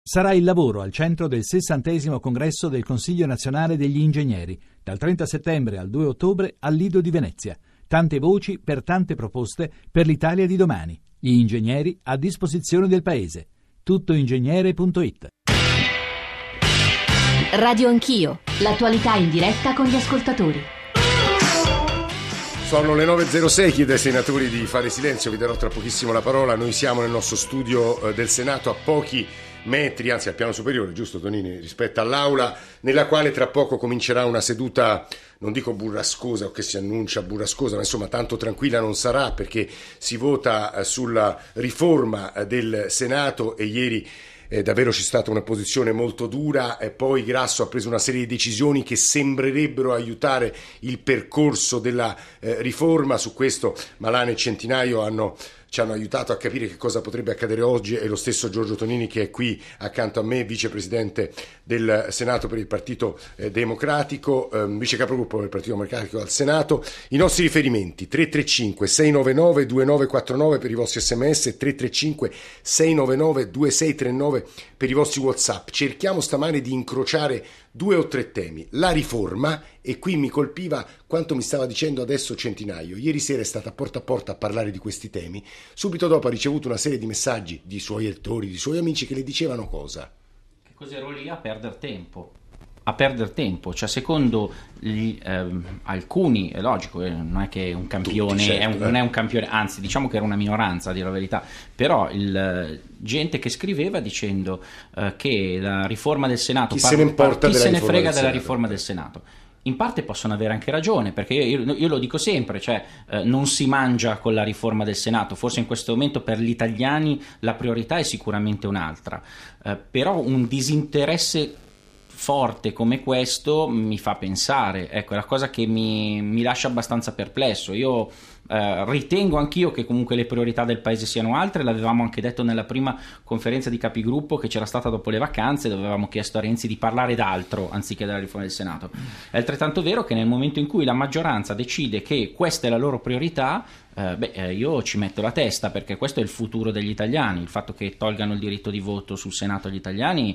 Sarà il lavoro al centro del 60° congresso del Consiglio Nazionale degli Ingegneri, dal 30 settembre al 2 ottobre al Lido di Venezia. Tante voci per tante proposte per l'Italia di domani. Gli ingegneri a disposizione del Paese. Tuttoingegnere.it. Radio Anch'io, l'attualità in diretta con gli ascoltatori. Sono le 9.06, chiedo ai senatori di fare silenzio, vi darò tra pochissimo la parola. Noi siamo nel nostro studio del Senato a pochi metri, anzi al piano superiore, giusto Tonini, rispetto all'aula, nella quale tra poco comincerà una seduta, non dico burrascosa o che si annuncia burrascosa, ma insomma tanto tranquilla non sarà, perché si vota sulla riforma del Senato e ieri davvero c'è stata una posizione molto dura e poi Grasso ha preso una serie di decisioni che sembrerebbero aiutare il percorso della riforma. Su questo Malan e Centinaio ci hanno aiutato a capire che cosa potrebbe accadere oggi, e lo stesso Giorgio Tonini, che è qui accanto a me, vicepresidente del Senato per il Partito Democratico, vice capogruppo del Partito Democratico al Senato. I nostri riferimenti: 335 699 2949 per i vostri sms, 335 699 2639 per i vostri WhatsApp. Cerchiamo stamane di incrociare 2 o 3 temi. La riforma, e qui mi colpiva quanto mi stava dicendo adesso Centinaio. Ieri sera è stata a porta a parlare di questi temi. Subito dopo ha ricevuto una serie di messaggi di suoi lettori, di suoi amici, che le dicevano cosa? Che cos'ero lì a perdere tempo. A perdere tempo, cioè secondo alcuni, è logico, non è che è un campione, tutti, certo, non è un campione, anzi diciamo che era una minoranza a dire la verità, però gente che scriveva dicendo che la riforma del Senato, chi se ne importa chi della se ne riforma frega del della Senato. riforma del Senato. In parte possono avere anche ragione, perché io lo dico sempre, cioè non si mangia con la riforma del Senato. Forse in questo momento per gli italiani la priorità è sicuramente un'altra, però un disinteresse forte come questo mi fa pensare, ecco, è la cosa che mi lascia abbastanza perplesso. Io ritengo anch'io che comunque le priorità del paese siano altre, l'avevamo anche detto nella prima conferenza di capigruppo che c'era stata dopo le vacanze, dove avevamo chiesto a Renzi di parlare d'altro anziché della riforma del Senato. È altrettanto vero che nel momento in cui la maggioranza decide che questa è la loro priorità, io ci metto la testa, perché questo è il futuro degli italiani. Il fatto che tolgano il diritto di voto sul Senato agli italiani,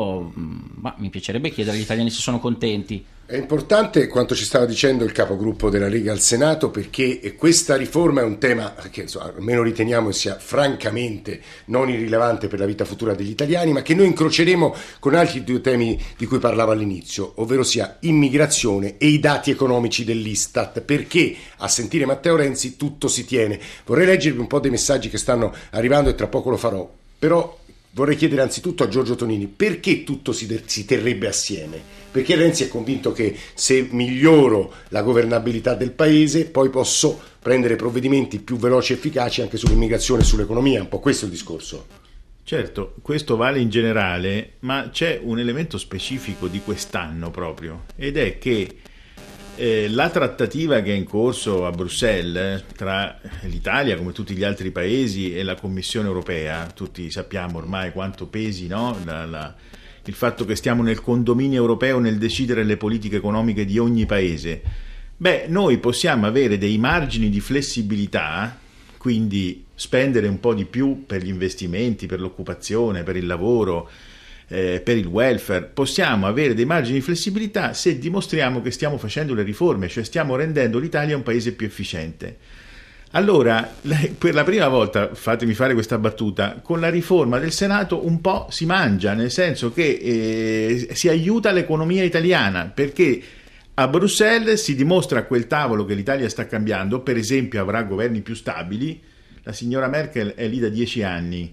mi piacerebbe chiedere agli italiani se sono contenti. È importante quanto ci stava dicendo il capogruppo della Lega al Senato, perché questa riforma è un tema che almeno riteniamo sia francamente non irrilevante per la vita futura degli italiani, ma che noi incroceremo con altri 2 temi di cui parlavo all'inizio, ovvero sia immigrazione e i dati economici dell'Istat, perché a sentire Matteo Renzi tutto si tiene. Vorrei leggervi un po' dei messaggi che stanno arrivando e tra poco lo farò, però vorrei chiedere anzitutto a Giorgio Tonini perché tutto si terrebbe assieme. Perché Renzi è convinto che se miglioro la governabilità del paese poi posso prendere provvedimenti più veloci e efficaci anche sull'immigrazione e sull'economia. Un po' questo è il discorso. Certo, questo vale in generale, ma c'è un elemento specifico di quest'anno proprio, ed è che la trattativa che è in corso a Bruxelles tra l'Italia, come tutti gli altri paesi, e la Commissione europea, tutti sappiamo ormai quanto pesi, no? Il fatto che stiamo nel condominio europeo nel decidere le politiche economiche di ogni paese. Noi possiamo avere dei margini di flessibilità, quindi spendere un po' di più per gli investimenti, per l'occupazione, per il lavoro, per il welfare. Possiamo avere dei margini di flessibilità se dimostriamo che stiamo facendo le riforme, cioè stiamo rendendo l'Italia un paese più efficiente. Allora, per la prima volta, fatemi fare questa battuta, con la riforma del Senato un po' si mangia, nel senso che si aiuta l'economia italiana, perché a Bruxelles si dimostra a quel tavolo che l'Italia sta cambiando. Per esempio avrà governi più stabili. La signora Merkel è lì da 10 anni,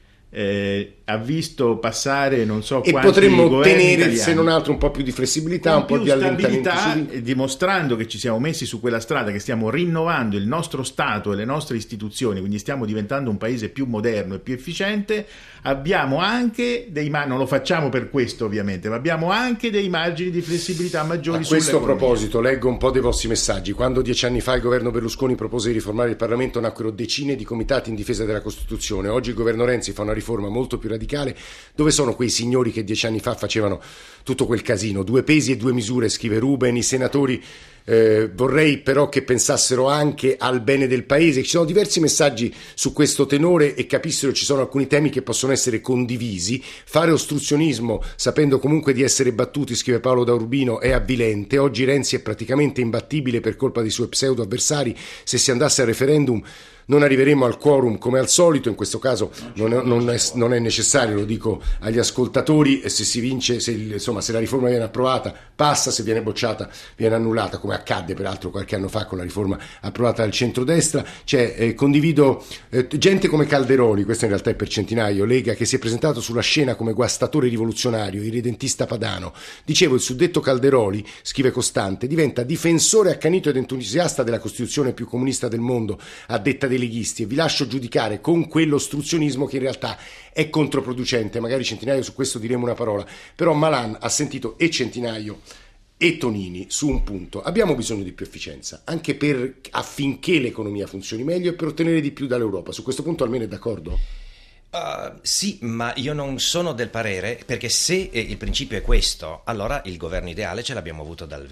ha visto passare non so quanti potremmo ottenere italiani, se non altro un po' più di flessibilità, un po' di allentamento, dimostrando che ci siamo messi su quella strada, che stiamo rinnovando il nostro Stato e le nostre istituzioni, quindi stiamo diventando un paese più moderno e più efficiente. Abbiamo anche non lo facciamo per questo ovviamente, ma abbiamo anche dei margini di flessibilità maggiori. A questo sull'economia. proposito leggo un po' dei vostri messaggi. Quando 10 anni fa il governo Berlusconi propose di riformare il Parlamento, nacquero decine di comitati in difesa della Costituzione. Oggi il governo Renzi fa una riforma molto più radicale. Dove sono quei signori che 10 anni fa facevano tutto quel casino? 2 pesi e 2 misure, scrive Ruben. I senatori vorrei però che pensassero anche al bene del paese. Ci sono diversi messaggi su questo tenore e capissero ci sono alcuni temi che possono essere condivisi. Fare ostruzionismo sapendo comunque di essere battuti, scrive Paolo da Urbino, è avvilente. Oggi Renzi è praticamente imbattibile per colpa dei suoi pseudo avversari. Se si andasse al referendum non arriveremo al quorum come al solito. In questo caso non è necessario, lo dico agli ascoltatori, se si vince, se la riforma viene approvata passa, se viene bocciata viene annullata, come accadde peraltro qualche anno fa con la riforma approvata dal centrodestra. Condivido gente come Calderoli, questo in realtà è per Centinaio, Lega, che si è presentato sulla scena come guastatore rivoluzionario, irredentista padano. Dicevo, il suddetto Calderoli, scrive Costante, diventa difensore accanito ed entusiasta della Costituzione più comunista del mondo, a detta dei leghisti, e vi lascio giudicare con quell'ostruzionismo che in realtà è controproducente. Magari Centinaio su questo diremo una parola, però Malan ha sentito e Centinaio e Tonini su un punto: abbiamo bisogno di più efficienza anche affinché l'economia funzioni meglio e per ottenere di più dall'Europa. Su questo punto almeno è d'accordo? Sì, ma io non sono del parere, perché se il principio è questo, allora il governo ideale ce l'abbiamo avuto dal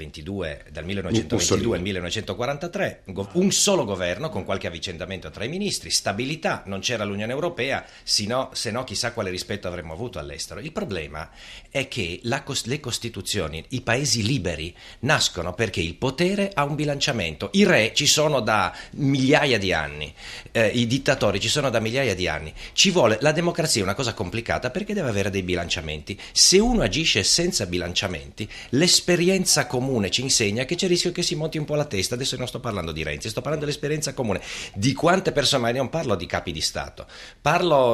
1922 al 1943, un solo governo con qualche avvicendamento tra i ministri, stabilità, non c'era l'Unione Europea, se no chissà quale rispetto avremmo avuto all'estero. Il problema è che le Costituzioni, i paesi liberi, nascono perché il potere ha un bilanciamento. I re ci sono da migliaia di anni, i dittatori ci sono da migliaia di anni. La democrazia è una cosa complicata perché deve avere dei bilanciamenti. Se uno agisce senza bilanciamenti, l'esperienza comune ci insegna che c'è il rischio che si monti un po' la testa. Adesso non sto parlando di Renzi, sto parlando dell'esperienza comune. Di quante persone, ma non parlo di capi di Stato, parlo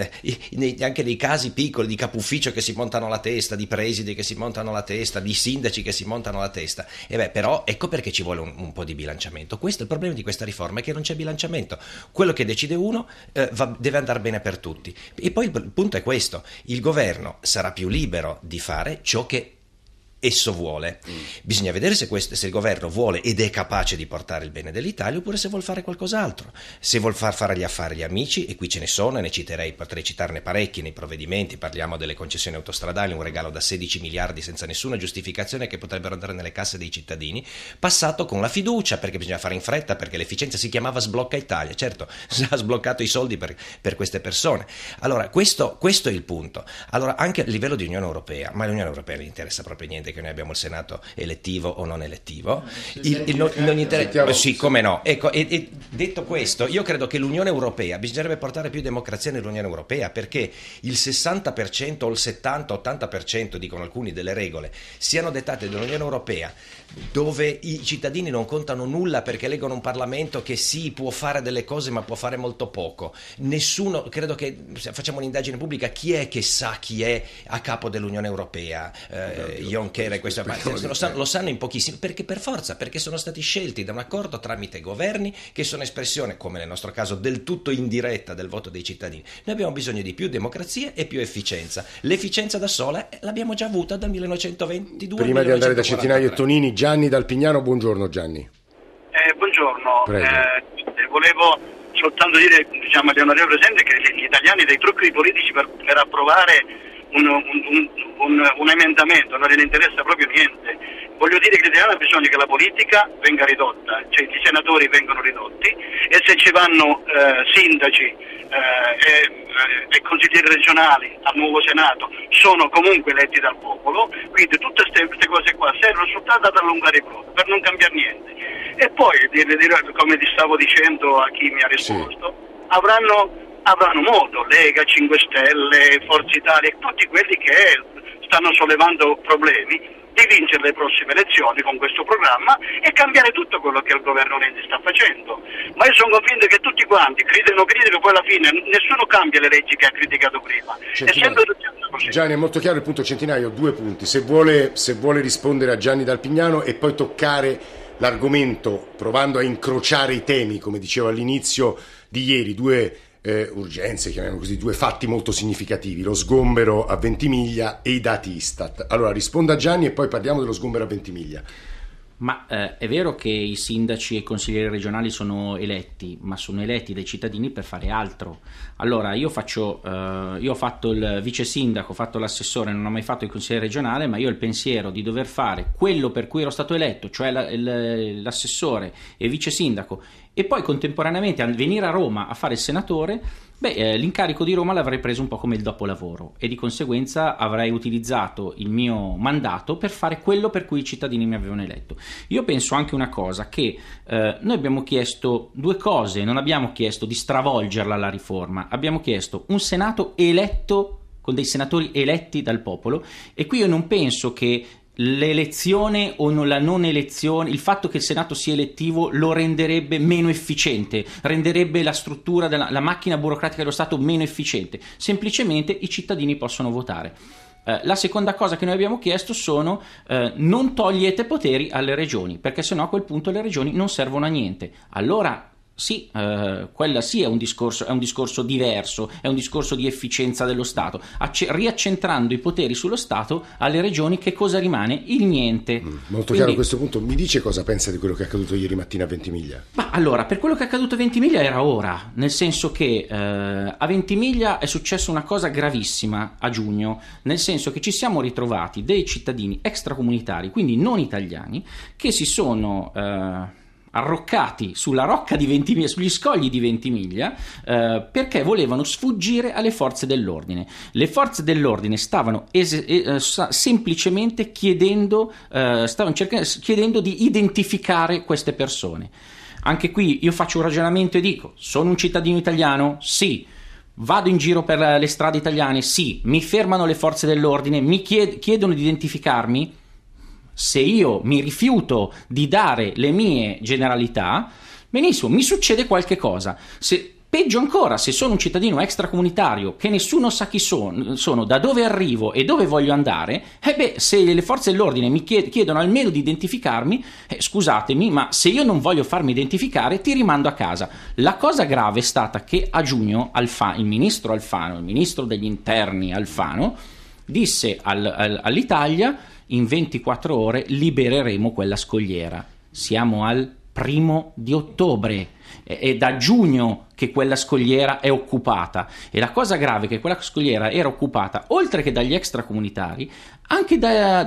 anche dei casi piccoli, di capufficio che si montano la testa, di presidi che si montano la testa, di sindaci che si montano la testa. Però ecco perché ci vuole un po' di bilanciamento. Questo è il problema di questa riforma, è che non c'è bilanciamento. Quello che decide uno deve andare bene per tutti. E poi il punto è questo: il governo sarà più libero di fare ciò che esso vuole. Bisogna vedere se il governo vuole ed è capace di portare il bene dell'Italia, oppure se vuol fare qualcos'altro, se vuol fare gli affari agli amici, e qui ce ne sono, e potrei citarne parecchi nei provvedimenti. Parliamo delle concessioni autostradali, un regalo da 16 miliardi senza nessuna giustificazione, che potrebbero andare nelle casse dei cittadini, passato con la fiducia, perché bisogna fare in fretta, perché l'efficienza si chiamava Sblocca Italia. Certo, ha sbloccato i soldi per queste persone. Allora questo è il punto. Allora anche a livello di Unione Europea, ma l'Unione Europea non interessa proprio niente che noi abbiamo il Senato elettivo o non elettivo, non interessa. Sì, come no. Ecco, e detto questo, io credo che l'Unione Europea, bisognerebbe portare più democrazia nell'Unione Europea, perché il 60% o il 70-80%, dicono alcuni, delle regole siano dettate dall'Unione Europea, dove i cittadini non contano nulla perché eleggono un Parlamento che sì, può fare delle cose ma può fare molto poco. Nessuno, credo che facciamo un'indagine pubblica, chi è che sa chi è a capo dell'Unione Europea? Juncker e questo, lo sanno in pochissimi, perché per forza, perché sono stati scelti da un accordo tramite governi che sono espressione, come nel nostro caso, del tutto indiretta del voto dei cittadini. Noi abbiamo bisogno di più democrazia e più efficienza. L'efficienza da sola l'abbiamo già avuta dal 1922. Prima di andare da Centinaio e Tonini, Gianni dal Pignano. Buongiorno Gianni. Buongiorno. Volevo soltanto dire, agli onorevoli presenti, che gli italiani dei trucchi politici per approvare un emendamento non ne interessa proprio niente. Voglio dire che l'italiano ha bisogno che la politica venga ridotta, cioè i senatori vengono ridotti, e se ci vanno sindaci e consiglieri regionali al nuovo Senato sono comunque eletti dal popolo, quindi tutte queste cose qua servono soltanto ad allungare i brodi, per non cambiare niente. E poi, come ti stavo dicendo a chi mi ha risposto, avranno modo, Lega, 5 Stelle, Forza Italia, tutti quelli che stanno sollevando problemi, di vincere le prossime elezioni con questo programma e cambiare tutto quello che il governo Renzi sta facendo. Ma io sono convinto che tutti quanti criticano, poi alla fine nessuno cambia le leggi che ha criticato prima. È sempre così. Gianni, è molto chiaro il punto. Centinaio, 2 punti. Se vuole rispondere a Gianni dal Pignano e poi toccare l'argomento provando a incrociare i temi, come dicevo all'inizio di ieri, 2 urgenze, chiamiamo così, 2 fatti molto significativi: lo sgombero a Ventimiglia e i dati Istat. Allora risponda Gianni e poi parliamo dello sgombero a Ventimiglia. Ma è vero che i sindaci e i consiglieri regionali sono eletti, ma sono eletti dai cittadini per fare altro. Allora io ho fatto il vice sindaco, ho fatto l'assessore, non ho mai fatto il consigliere regionale, ma io ho il pensiero di dover fare quello per cui ero stato eletto, cioè l'assessore e vice sindaco, e poi contemporaneamente venire a Roma a fare il senatore. L'incarico di Roma l'avrei preso un po' come il dopolavoro e di conseguenza avrei utilizzato il mio mandato per fare quello per cui i cittadini mi avevano eletto. Io penso anche una cosa, che noi abbiamo chiesto due cose, non abbiamo chiesto di stravolgerla la riforma, abbiamo chiesto un Senato eletto, con dei senatori eletti dal popolo, e qui io non penso che l'elezione o la non elezione, il fatto che il Senato sia elettivo lo renderebbe meno efficiente, renderebbe la struttura la macchina burocratica dello Stato meno efficiente. Semplicemente i cittadini possono votare. La seconda cosa che noi abbiamo chiesto sono non togliete poteri alle regioni, perché sennò a quel punto le regioni non servono a niente. Allora sì, quella sì è un discorso diverso, è un discorso di efficienza dello Stato. Riaccentrando i poteri sullo Stato, alle regioni che cosa rimane? Il niente. Molto chiaro a questo punto. Mi dice cosa pensa di quello che è accaduto ieri mattina a Ventimiglia? Ma allora, per quello che è accaduto a Ventimiglia era ora, nel senso che a Ventimiglia è successa una cosa gravissima a giugno, nel senso che ci siamo ritrovati dei cittadini extracomunitari, quindi non italiani, che si sono arroccati sulla rocca di Ventimiglia, sugli scogli di Ventimiglia, perché volevano sfuggire alle forze dell'ordine. Le forze dell'ordine stavano semplicemente chiedendo di identificare queste persone. Anche qui io faccio un ragionamento e dico: sono un cittadino italiano? Sì. Vado in giro per le strade italiane? Sì. Mi fermano le forze dell'ordine? Mi chiedono di identificarmi? Se io mi rifiuto di dare le mie generalità, benissimo, mi succede qualche cosa. Peggio ancora, se sono un cittadino extracomunitario che nessuno sa chi sono, da dove arrivo e dove voglio andare, se le forze dell'ordine mi chiedono almeno di identificarmi, scusatemi, ma se io non voglio farmi identificare, ti rimando a casa. La cosa grave è stata che a giugno il ministro Alfano, il ministro degli interni Alfano, disse all'Italia: in 24 ore libereremo quella scogliera. Siamo al 1° di ottobre. È da giugno che quella scogliera è occupata, e la cosa grave è che quella scogliera era occupata, oltre che dagli extracomunitari, anche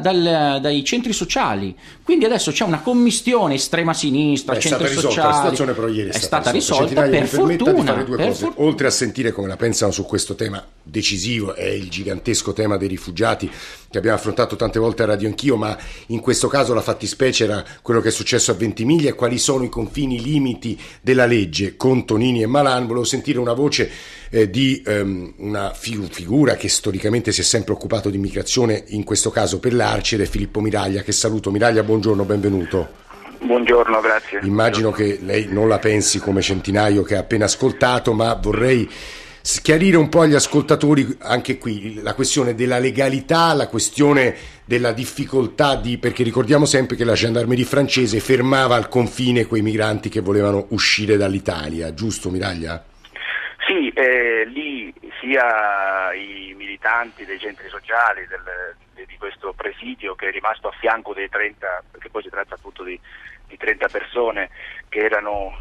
dai centri sociali. Quindi adesso c'è una commistione estrema sinistra, centri sociali. La situazione però ieri è stata risolta, per fortuna. Oltre a sentire come la pensano su questo tema decisivo, è il gigantesco tema dei rifugiati che abbiamo affrontato tante volte a Radio Anch'io, ma in questo caso la fattispecie era quello che è successo a Ventimiglia e quali sono i confini, i limiti della legge con Tonini e Malan. Volevo sentire una voce di una figura che storicamente si è sempre occupato di immigrazione, in questo caso per l'Arci, ed è Filippo Miraglia, che saluto. Miraglia, buongiorno, benvenuto. Buongiorno, grazie. Immagino che lei non la pensi come Centinaio che ha appena ascoltato, ma vorrei chiarire un po' agli ascoltatori anche qui la questione della legalità, la questione della difficoltà perché ricordiamo sempre che la gendarmeria francese fermava al confine quei migranti che volevano uscire dall'Italia, giusto Miraglia? Sì, lì sia i militanti dei centri sociali di questo presidio, che è rimasto a fianco dei 30, perché poi si tratta appunto di 30 persone che erano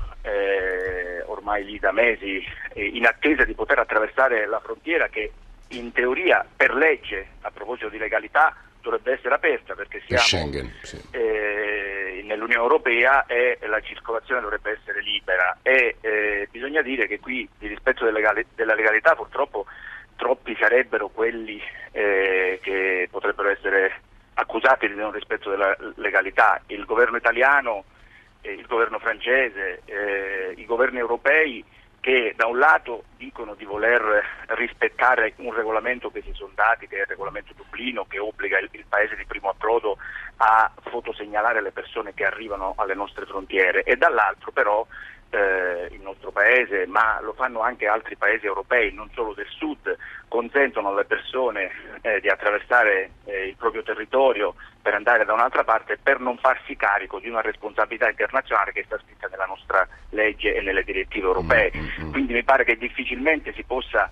ormai lì da mesi in attesa di poter attraversare la frontiera, che in teoria per legge, a proposito di legalità, dovrebbe essere aperta, perché siamo Schengen, sì. Nell'Unione Europea e la circolazione dovrebbe essere libera, e bisogna dire che qui di rispetto della legalità purtroppo troppi sarebbero quelli che potrebbero essere accusati di non rispetto della legalità. Il governo italiano, il governo francese, i governi europei, che da un lato dicono di voler rispettare un regolamento che si sono dati, che è il regolamento Dublino, che obbliga il paese di primo approdo a fotosegnalare le persone che arrivano alle nostre frontiere, e dall'altro però il nostro paese, ma lo fanno anche altri paesi europei, non solo del sud, consentono alle persone di attraversare il proprio territorio per andare da un'altra parte, per non farsi carico di una responsabilità internazionale che sta scritta nella nostra legge e nelle direttive europee. Quindi mi pare che difficilmente si possa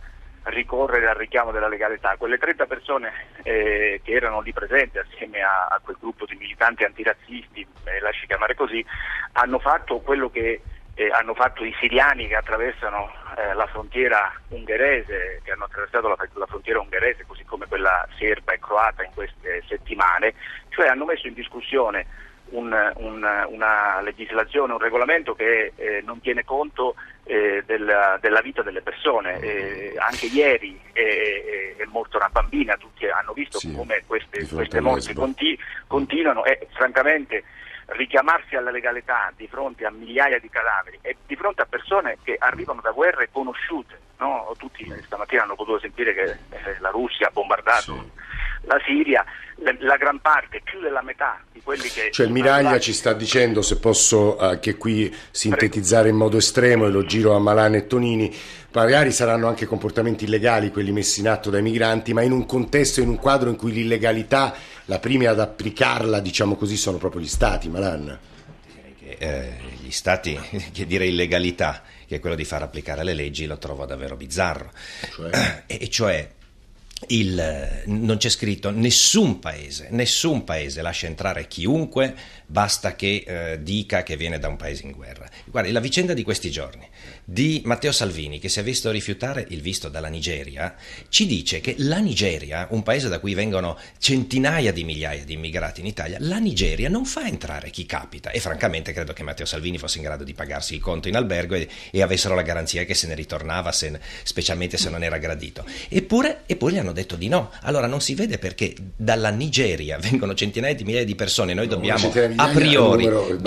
ricorrere al richiamo della legalità. Quelle 30 persone che erano lì presenti assieme a quel gruppo di militanti antirazzisti, lasci chiamare così, hanno fatto quello che hanno fatto i siriani che attraversano la frontiera ungherese, che hanno attraversato la frontiera ungherese, così come quella serba e croata in queste settimane, cioè hanno messo in discussione una legislazione, un regolamento che non tiene conto della vita delle persone. Anche ieri è morta una bambina, tutti hanno visto come queste morti continuano e francamente richiamarsi alla legalità di fronte a migliaia di cadaveri e di fronte a persone che arrivano da guerre conosciute, no? Tutti stamattina hanno potuto sentire che la Russia ha bombardato la Siria, la gran parte, più della metà di quelli che... Cioè il Miraglia ci sta dicendo, se posso anche qui sintetizzare in modo estremo, e lo giro a Malan e Tonini, magari saranno anche comportamenti illegali quelli messi in atto dai migranti, ma in un contesto, in un quadro in cui l'illegalità, la prima ad applicarla, diciamo così, sono proprio gli Stati. Malan? Gli Stati, che dire illegalità, che è quello di far applicare le leggi, lo trovo davvero bizzarro. Cioè non c'è scritto nessun paese lascia entrare chiunque, basta che dica che viene da un paese in guerra. Guarda, la vicenda di questi giorni di Matteo Salvini, che si è visto rifiutare il visto dalla Nigeria, ci dice che la Nigeria, un paese da cui vengono centinaia di migliaia di immigrati in Italia, la Nigeria non fa entrare chi capita, e francamente credo che Matteo Salvini fosse in grado di pagarsi il conto in albergo e avessero la garanzia che se ne ritornava, specialmente se non era gradito. Eppure gli hanno detto di no. Allora non si vede perché dalla Nigeria vengono centinaia di migliaia di persone, noi dobbiamo a priori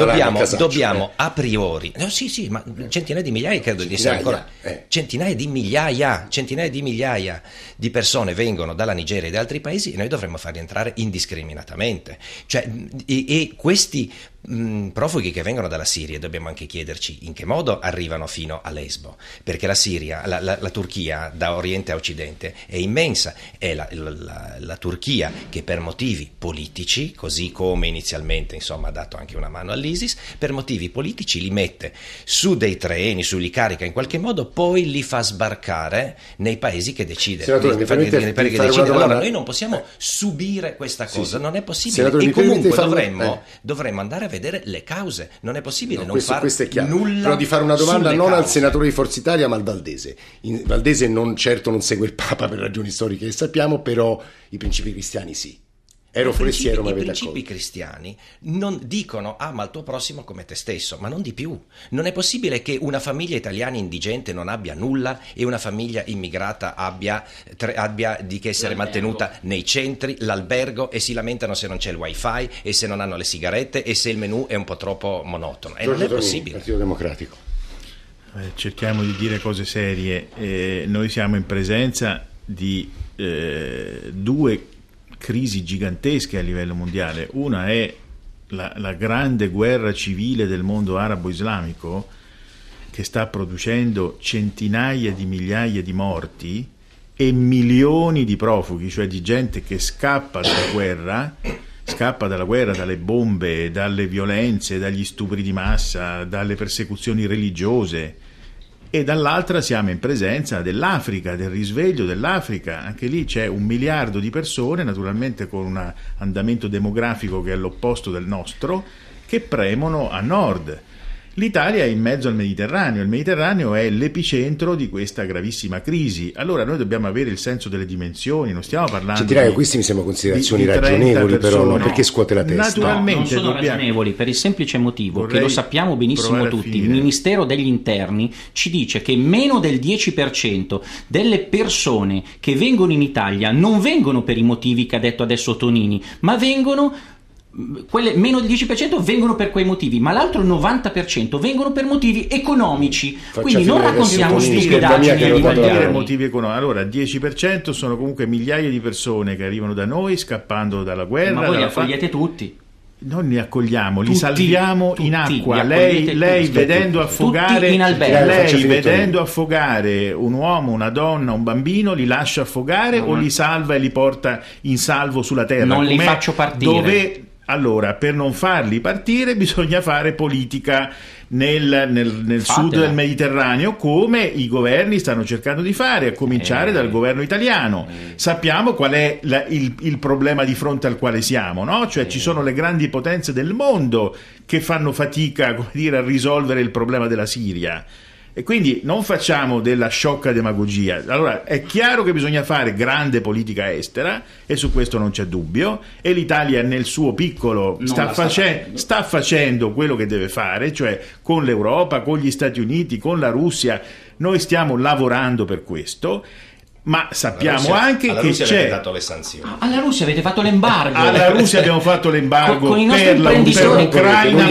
no, sì, ma centinaia di migliaia credo di essere ancora centinaia di migliaia di persone vengono dalla Nigeria e da altri paesi e noi dovremmo farli entrare indiscriminatamente. Cioè, e questi profughi che vengono dalla Siria, dobbiamo anche chiederci in che modo arrivano fino a Lesbo, perché la Siria, la Turchia da oriente a occidente è immensa, è la Turchia che per motivi politici, così come inizialmente insomma ha dato anche una mano all'ISIS, per motivi politici li mette su dei treni, li carica in qualche modo, poi li fa sbarcare nei paesi che decide. Allora noi non possiamo subire questa cosa, non è possibile. Senatore, e comunque dovremmo andare a vedere le cause, non è possibile questo è chiaro. Nulla. Però di fare una domanda non al senatore di Forza Italia ma al Valdese. Valdese non segue il Papa per ragioni storiche che sappiamo, però i principi cristiani sì. Ero forestiero, ma i principi cristiani non dicono ama il tuo prossimo come te stesso, ma non di più. Non è possibile che una famiglia italiana indigente non abbia nulla e una famiglia immigrata abbia di che essere mantenuta nei centri, l'albergo, e si lamentano se non c'è il wifi e se non hanno le sigarette e se il menù è un po' troppo monotono. E non è possibile. Partito Democratico. Cerchiamo di dire cose serie. Noi siamo in presenza di due crisi gigantesche a livello mondiale. Una è la grande guerra civile del mondo arabo-islamico, che sta producendo centinaia di migliaia di morti e milioni di profughi, cioè di gente che scappa dalla guerra, dalle bombe, dalle violenze, dagli stupri di massa, dalle persecuzioni religiose. E dall'altra siamo in presenza dell'Africa, del risveglio dell'Africa. Anche lì c'è 1 miliardo di persone, naturalmente con un andamento demografico che è l'opposto del nostro, che premono a nord. L'Italia è in mezzo al Mediterraneo, il Mediterraneo è l'epicentro di questa gravissima crisi. Allora noi dobbiamo avere il senso delle dimensioni, non stiamo parlando queste mi sembrano considerazioni ragionevoli, però no, perché scuote la testa? Naturalmente non sono ragionevoli per il semplice motivo che lo sappiamo benissimo tutti. Il Ministero degli Interni ci dice che meno del 10% delle persone che vengono in Italia non vengono per i motivi che ha detto adesso Tonini, ma quelle meno del 10% vengono per quei motivi, ma l'altro 90% vengono per motivi economici. Quindi non raccontiamo stupidaggini agli italiani. Motivi economici. Allora, 10% sono comunque migliaia di persone che arrivano da noi scappando dalla guerra. Ma voi li accogliete tutti? Non li accogliamo, li salviamo in acqua. Lei vedendo affogare un uomo, una donna, un bambino, li lascia affogare o li salva e li porta in salvo sulla terra? Non li faccio partire. Allora, per non farli partire bisogna fare politica nel sud del Mediterraneo, come i governi stanno cercando di fare, a cominciare dal governo italiano. Sappiamo qual è il problema di fronte al quale siamo, no? Cioè ci sono le grandi potenze del mondo che fanno fatica, come dire, a risolvere il problema della Siria. E quindi non facciamo della sciocca demagogia. Allora è chiaro che bisogna fare grande politica estera, e su questo non c'è dubbio, e l'Italia nel suo piccolo sta facendo quello che deve fare, cioè con l'Europa, con gli Stati Uniti, con la Russia. Noi stiamo lavorando per questo. Ma sappiamo anche che Russia c'è. Avete dato le sanzioni. Alla Russia avete fatto l'embargo. Alla Russia abbiamo fatto l'embargo con i nostri per l'Ucraina,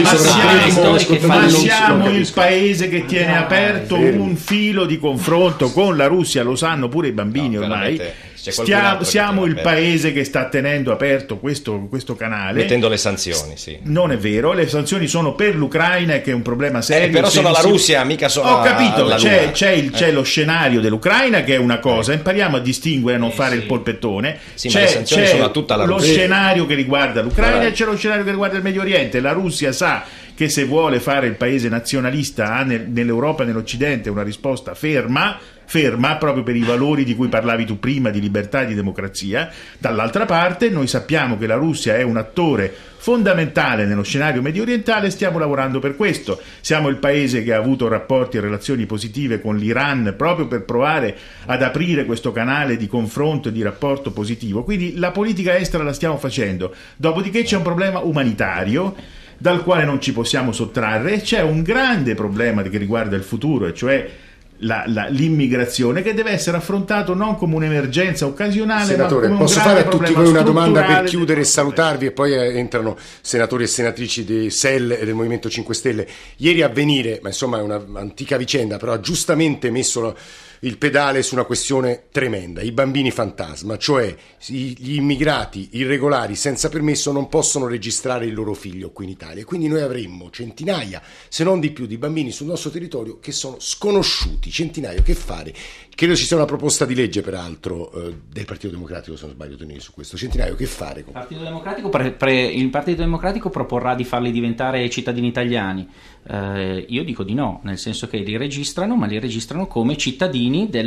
ma siamo il paese che tiene aperto un filo di confronto con la Russia, lo sanno pure i bambini ormai. Siamo il paese che sta tenendo aperto questo canale, mettendo le sanzioni. Sì. Non è vero, le sanzioni sono per l'Ucraina, che è un problema serio. Però sono la Russia, mica sono. Ho capito, c'è lo scenario dell'Ucraina, che è una cosa, impariamo a distinguere e non fare il polpettone. Sì, ma le sanzioni sono a tutta la Russia. Lo scenario che riguarda l'Ucraina e c'è lo scenario che riguarda il Medio Oriente. La Russia sa che se vuole fare il paese nazionalista ha nell'Europa e nell'Occidente una risposta ferma proprio per i valori di cui parlavi tu prima, di libertà e di democrazia. Dall'altra parte noi sappiamo che la Russia è un attore fondamentale nello scenario medio orientale e stiamo lavorando per questo. Siamo il paese che ha avuto rapporti e relazioni positive con l'Iran proprio per provare ad aprire questo canale di confronto e di rapporto positivo. Quindi la politica estera la stiamo facendo. Dopodiché c'è un problema umanitario dal quale non ci possiamo sottrarre, c'è un grande problema che riguarda il futuro, e cioè l'immigrazione, che deve essere affrontato non come un'emergenza occasionale. Senatore, ma come posso un fare a grande tutti voi una domanda per strutturale chiudere e salutarvi, e poi entrano senatori e senatrici di SEL e del Movimento 5 Stelle. Ieri Avvenire, ma insomma è un'antica vicenda, però ha giustamente messo il pedale su una questione tremenda: i bambini fantasma, cioè gli immigrati irregolari senza permesso non possono registrare il loro figlio qui in Italia, quindi noi avremmo centinaia, se non di più, di bambini sul nostro territorio che sono sconosciuti. Centinaia, che fare? Credo ci sia una proposta di legge, peraltro, del Partito Democratico, se non sbaglio, Tonini, su questo. Centinaio, che fare? Il Partito Democratico, il Partito Democratico proporrà di farli diventare cittadini italiani. Io dico di no, nel senso che li registrano, ma li registrano come cittadini che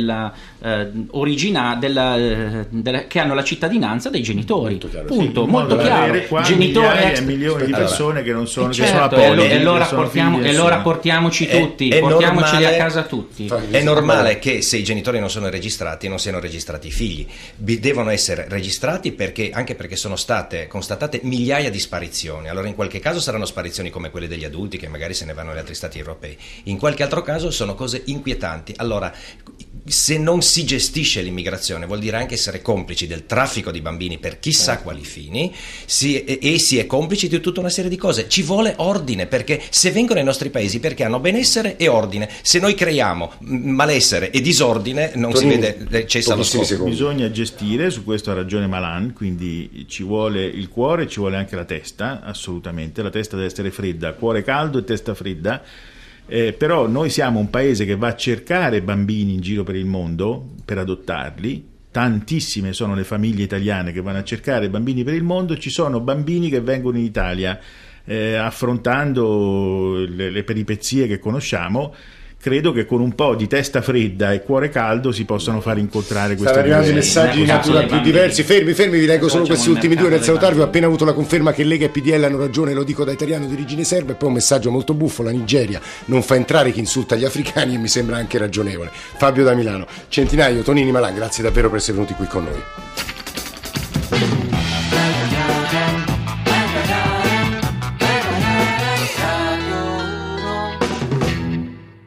hanno la cittadinanza dei genitori. Punto, molto chiaro. Genitori, milioni di persone che non sono, certo, che sono apologhi, e allora portiamoci tutti, portiamoceli a casa tutti. È normale che se i genitori non sono registrati non siano registrati i figli. Devono essere registrati anche perché sono state constatate migliaia di sparizioni. Allora in qualche caso saranno sparizioni come quelle degli adulti che magari se ne vanno agli altri stati europei, in qualche altro caso sono cose inquietanti. Allora, se non si gestisce l'immigrazione vuol dire anche essere complici del traffico di bambini per chissà quali fini, si è complici di tutta una serie di cose. Ci vuole ordine, perché se vengono ai nostri paesi perché hanno benessere e ordine. Se noi creiamo malessere e disordine non si vede, cessa lo scopo. Bisogna gestire, su questo ha ragione Malan, quindi ci vuole il cuore, ci vuole anche la testa, assolutamente. La testa deve essere fredda, cuore caldo e testa fredda. Però noi siamo un paese che va a cercare bambini in giro per il mondo per adottarli. Tantissime sono le famiglie italiane che vanno a cercare bambini per il mondo. Ci sono bambini che vengono in Italia affrontando le peripezie che conosciamo. Credo che con un po' di testa fredda e cuore caldo si possano far incontrare queste due. Stanno arrivando messaggi di natura più diversi. Fermi, vi leggo solo questi ultimi due nel salutarvi. Ho appena avuto la conferma che Lega e PDL hanno ragione, lo dico da italiano di origine serba. E poi un messaggio molto buffo: la Nigeria non fa entrare chi insulta gli africani, e mi sembra anche ragionevole. Fabio da Milano. Centinaio, Tonini, Malan, grazie davvero per essere venuti qui con noi.